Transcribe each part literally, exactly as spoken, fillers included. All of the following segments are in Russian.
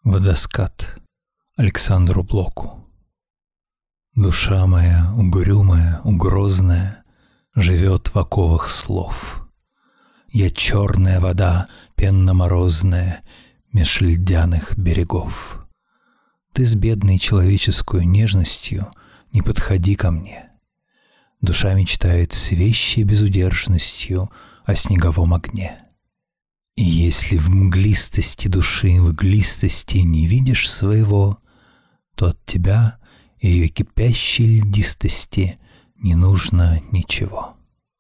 Водоскат. Александру Блоку. Душа моя угрюмая, угрозная, живет в оковах слов. Я черная вода, пенно-морозная, меж льдяных берегов. Ты с бедной человеческую нежностью не подходи ко мне. Душа мечтает с вещей безудержностью о снеговом огне. И если в мглистости души, в иглистости не видишь своего, то от тебя, ее кипящей льдистости, не нужно ничего.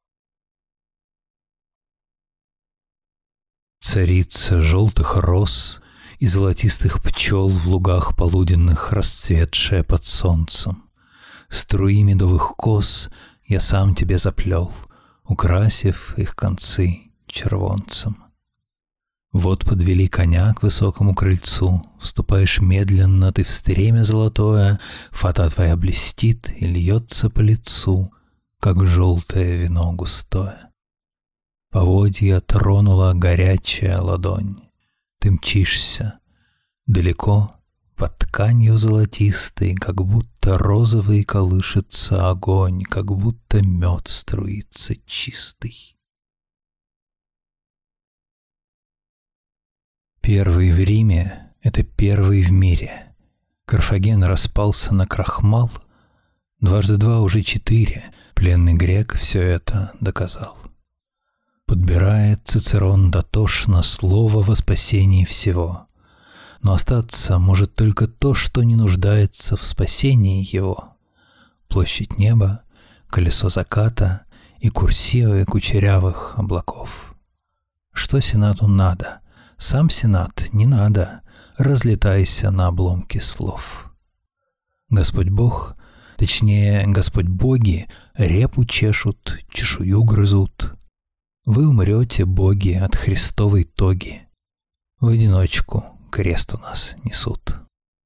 Царица желтых роз и золотистых пчел в лугах полуденных, расцветшая под солнцем. Струи медовых кос я сам тебе заплел, украсив их концы червонцем. Вот подвели коня к высокому крыльцу, вступаешь медленно ты в стремя золотое, фата твоя блестит и льется по лицу, как желтое вино густое. Поводья тронула горячая ладонь, ты мчишься далеко, под тканью золотистой, как будто розовый колышется огонь, как будто мед струится чистый. Первый в Риме — это первый в мире. Карфаген распался на крахмал, дважды два уже четыре, пленный грек все это доказал. Подбирает Цицерон дотошно слово во спасении всего, но остаться может только то, что не нуждается в спасении его. Площадь неба, колесо заката и курсивы кучерявых облаков. Что Сенату надо? Сам Сенат не надо, разлетайся на обломки слов. Господь Бог, точнее, Господь Боги, репу чешут, чешую грызут. Вы умрете, боги, от Христовой тоги. В одиночку крест у нас несут.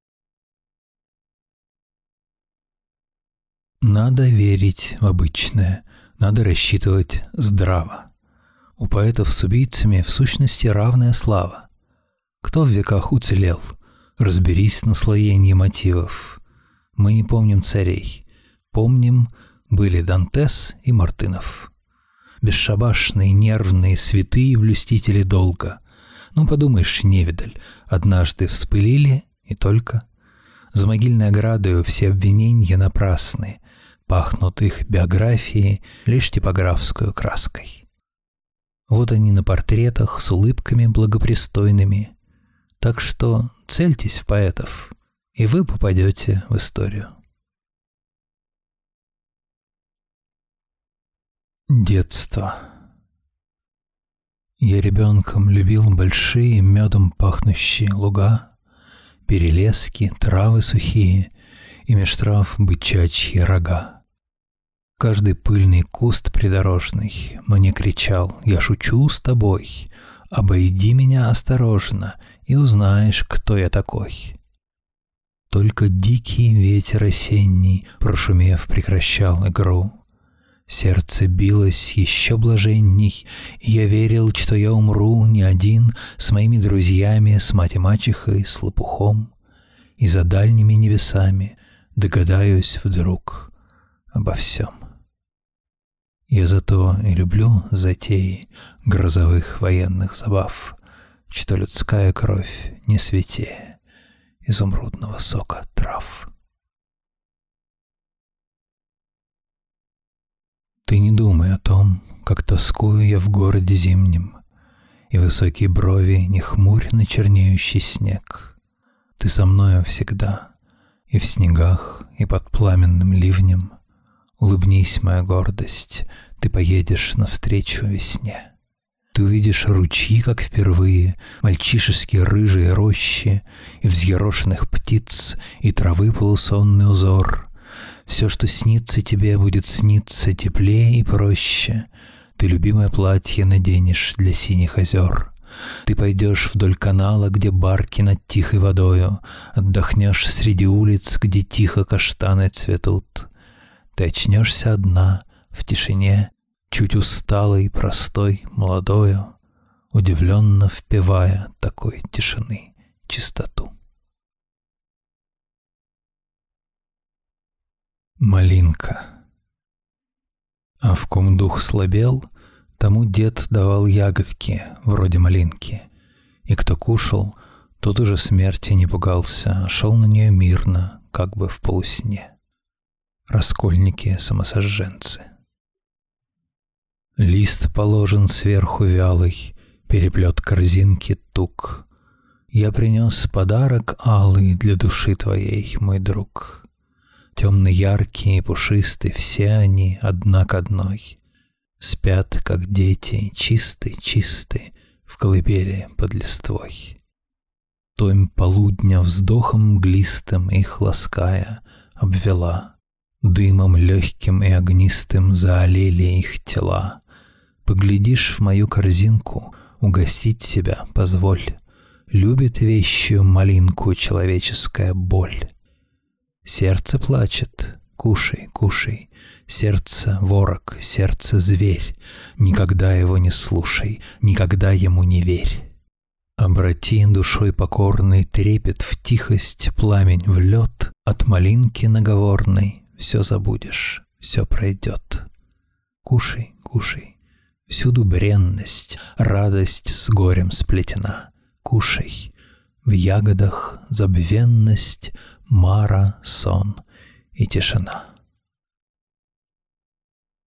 Надо верить в обычное, надо рассчитывать здраво. У поэтов с убийцами в сущности равная слава. Кто в веках уцелел? Разберись на слоении мотивов. Мы не помним царей. Помним, были Дантес и Мартынов. Бесшабашные, нервные, святые блюстители долга. Ну, подумаешь, невидаль, однажды вспылили и только. За могильной оградою все обвинения напрасны. Пахнут их биографии лишь типографскую краской. Вот они на портретах с улыбками благопристойными. Так что цельтесь в поэтов, и вы попадете в историю. Детство. Я ребенком любил большие медом пахнущие луга, перелески, травы сухие и меж трав бычачьи рога. Каждый пыльный куст придорожный мне кричал: «Я шучу с тобой, обойди меня осторожно, и узнаешь, кто я такой». Только дикий ветер осенний, прошумев, прекращал игру. Сердце билось еще блаженней, и я верил, что я умру не один, с моими друзьями, с мать и мачехой, с лопухом, и за дальними небесами догадаюсь вдруг обо всем. Я зато и люблю затеи грозовых военных забав, что людская кровь не святее изумрудного сока трав. Ты не думай о том, как тоскую я в городе зимнем, и высокие брови не хмурь на чернеющий снег. Ты со мною всегда, и в снегах, и под пламенным ливнем. Улыбнись, моя гордость, ты поедешь навстречу весне. Ты увидишь ручьи, как впервые, мальчишеские рыжие рощи, и взъерошенных птиц, и травы полусонный узор. Все, что снится тебе, будет сниться теплее и проще. Ты любимое платье наденешь для синих озер. Ты пойдешь вдоль канала, где барки над тихой водою, отдохнешь среди улиц, где тихо каштаны цветут. Ты очнешься одна, в тишине, чуть усталой, простой, молодою, удивленно впевая такой тишины чистоту. Малинка. А в ком дух слабел, тому дед давал ягодки, вроде малинки. И кто кушал, тот уже смерти не пугался, а шел на нее мирно, как бы в полусне. Раскольники-самосожженцы. Лист положен сверху вялый, переплет корзинки тук. Я принес подарок алый для души твоей, мой друг. Темно-яркие и пушистые, все они одна к одной. Спят, как дети, чистые-чистые, в колыбели под листвой. Томь полудня вздохом мглистым их лаская обвела. Дымом легким и огнистым заолели их тела. Поглядишь в мою корзинку, угостить себя позволь. Любит вещью малинку человеческая боль. Сердце плачет, кушай, кушай. Сердце ворог, сердце зверь. Никогда его не слушай, никогда ему не верь. Обрати душой покорный трепет в тихость, пламень в лед. От малинки наговорной все забудешь, все пройдет. Кушай, кушай, всюду бренность, радость с горем сплетена. Кушай, в ягодах забвенность, мара, сон и тишина.